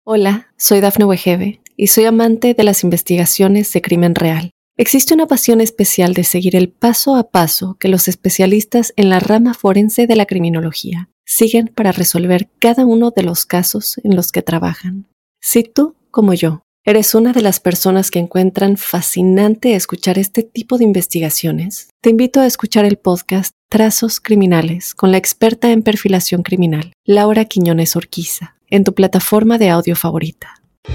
Hola, soy Dafne Wegebe y soy amante de las investigaciones de crimen real. Existe una pasión especial de seguir el paso a paso que los especialistas en la rama forense de la criminología siguen para resolver cada uno de los casos en los que trabajan. Si tú, como yo, eres una de las personas que encuentran fascinante escuchar este tipo de investigaciones, te invito a escuchar el podcast Trazos Criminales con la experta en perfilación criminal, Laura Quiñones Orquiza, en tu plataforma de audio favorita.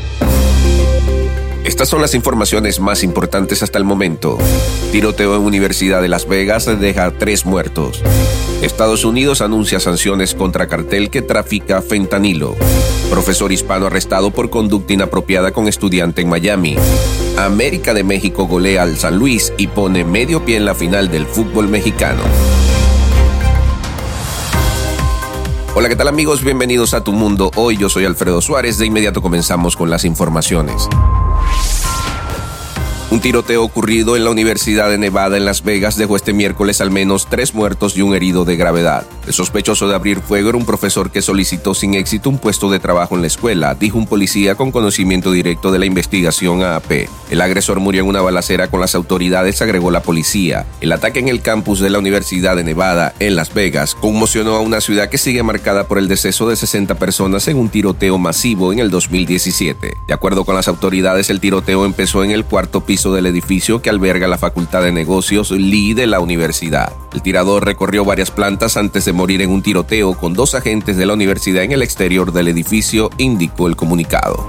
Estas son las informaciones más importantes hasta el momento. Tiroteo en Universidad de Las Vegas deja 3 muertos. Estados Unidos anuncia sanciones contra cartel que trafica fentanilo. Profesor hispano arrestado por conducta inapropiada con estudiante en Miami. América de México golea al San Luis y pone medio pie en la final del fútbol mexicano. Hola, ¿qué tal amigos? Bienvenidos a Tu Mundo. Hoy yo soy Alfredo Suárez. De inmediato comenzamos con las informaciones. Un tiroteo ocurrido en la Universidad de Nevada en Las Vegas dejó este miércoles al menos 3 muertos y un herido de gravedad. El sospechoso de abrir fuego era un profesor que solicitó sin éxito un puesto de trabajo en la escuela, dijo un policía con conocimiento directo de la investigación a AP. El agresor murió en una balacera con las autoridades, agregó la policía. El ataque en el campus de la Universidad de Nevada en Las Vegas conmocionó a una ciudad que sigue marcada por el deceso de 60 personas en un tiroteo masivo en el 2017. De acuerdo con las autoridades, el tiroteo empezó en el 4º piso del edificio que alberga la Facultad de Negocios Lee de la universidad. El tirador recorrió varias plantas antes de morir en un tiroteo con 2 agentes de la universidad en el exterior del edificio, indicó el comunicado.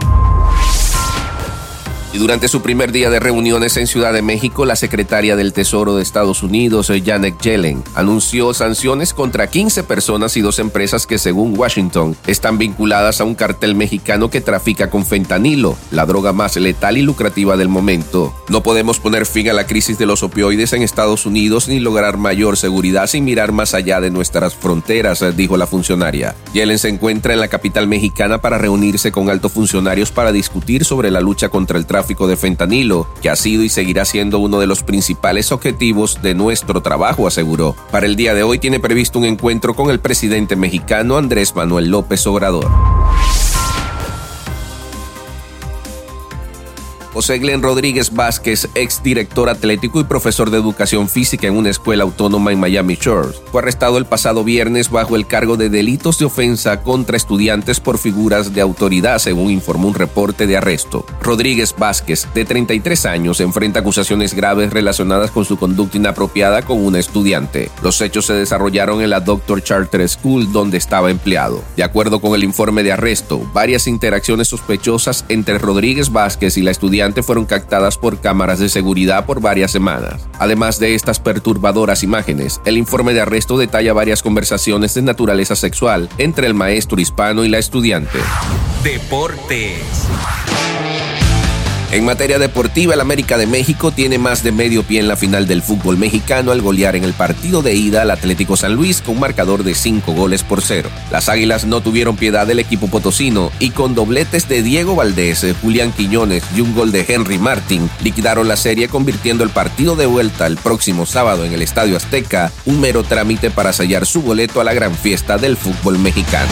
Y durante su primer día de reuniones en Ciudad de México, la secretaria del Tesoro de Estados Unidos, Janet Yellen, anunció sanciones contra 15 personas y 2 empresas que, según Washington, están vinculadas a un cartel mexicano que trafica con fentanilo, la droga más letal y lucrativa del momento. No podemos poner fin a la crisis de los opioides en Estados Unidos ni lograr mayor seguridad sin mirar más allá de nuestras fronteras, dijo la funcionaria. Yellen se encuentra en la capital mexicana para reunirse con altos funcionarios para discutir sobre la lucha contra el tráfico de fentanilo, que ha sido y seguirá siendo uno de los principales objetivos de nuestro trabajo, aseguró. Para el día de hoy tiene previsto un encuentro con el presidente mexicano Andrés Manuel López Obrador. José Glenn Rodríguez Vázquez, exdirector atlético y profesor de educación física en una escuela autónoma en Miami Shores, fue arrestado el pasado viernes bajo el cargo de delitos de ofensa contra estudiantes por figuras de autoridad, según informó un reporte de arresto. Rodríguez Vázquez, de 33 años, enfrenta acusaciones graves relacionadas con su conducta inapropiada con una estudiante. Los hechos se desarrollaron en la Doctor Charter School, donde estaba empleado. De acuerdo con el informe de arresto, varias interacciones sospechosas entre Rodríguez Vázquez y la estudiante fueron captadas por cámaras de seguridad por varias semanas. Además de estas perturbadoras imágenes, el informe de arresto detalla varias conversaciones de naturaleza sexual entre el maestro hispano y la estudiante. Deportes. En materia deportiva, el América de México tiene más de medio pie en la final del fútbol mexicano al golear en el partido de ida al Atlético San Luis con marcador de 5-0. Las Águilas no tuvieron piedad del equipo potosino y con dobletes de Diego Valdés, Julián Quiñones y un gol de Henry Martin liquidaron la serie, convirtiendo el partido de vuelta el próximo sábado en el Estadio Azteca un mero trámite para sellar su boleto a la gran fiesta del fútbol mexicano.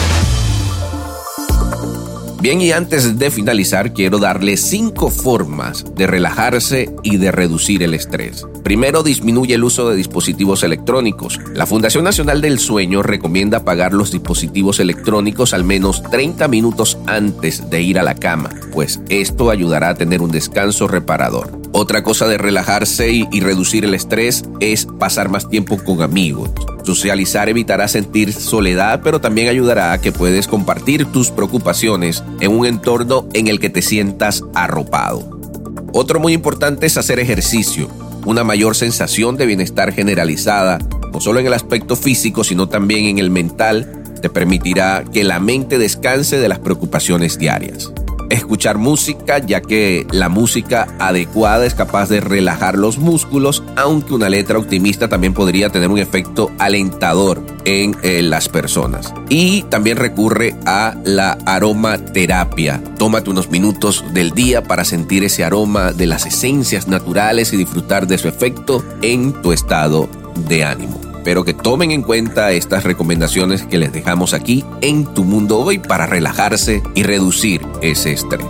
Bien, y antes de finalizar, quiero darle 5 formas de relajarse y de reducir el estrés. Primero, disminuye el uso de dispositivos electrónicos. La Fundación Nacional del Sueño recomienda apagar los dispositivos electrónicos al menos 30 minutos antes de ir a la cama, pues esto ayudará a tener un descanso reparador. Otra cosa de relajarse y reducir el estrés es pasar más tiempo con amigos. Socializar evitará sentir soledad, pero también ayudará a que puedas compartir tus preocupaciones en un entorno en el que te sientas arropado. Otro muy importante es hacer ejercicio. Una mayor sensación de bienestar generalizada, no solo en el aspecto físico, sino también en el mental, te permitirá que la mente descanse de las preocupaciones diarias. Escuchar música, ya que la música adecuada es capaz de relajar los músculos, aunque una letra optimista también podría tener un efecto alentador en las personas. Y también recurre a la aromaterapia. Tómate unos minutos del día para sentir ese aroma de las esencias naturales y disfrutar de su efecto en tu estado de ánimo. Espero que tomen en cuenta estas recomendaciones que les dejamos aquí en Tu Mundo Hoy para relajarse y reducir ese estrés.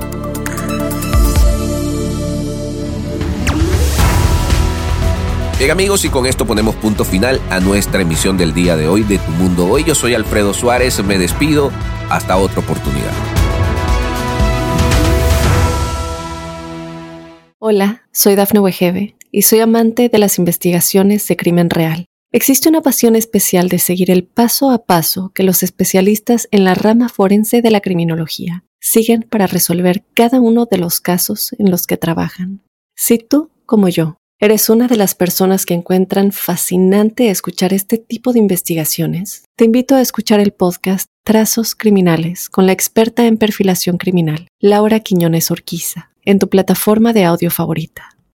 Bien amigos, y con esto ponemos punto final a nuestra emisión del día de hoy de Tu Mundo Hoy. Yo soy Alfredo Suárez, me despido, hasta otra oportunidad. Hola, soy Dafne Wegebe y soy amante de las investigaciones de crimen real. Existe una pasión especial de seguir el paso a paso que los especialistas en la rama forense de la criminología siguen para resolver cada uno de los casos en los que trabajan. Si tú, como yo, ¿eres una de las personas que encuentran fascinante escuchar este tipo de investigaciones? Te invito a escuchar el podcast Trazos Criminales con la experta en perfilación criminal, Laura Quiñones Orquiza, en tu plataforma de audio favorita.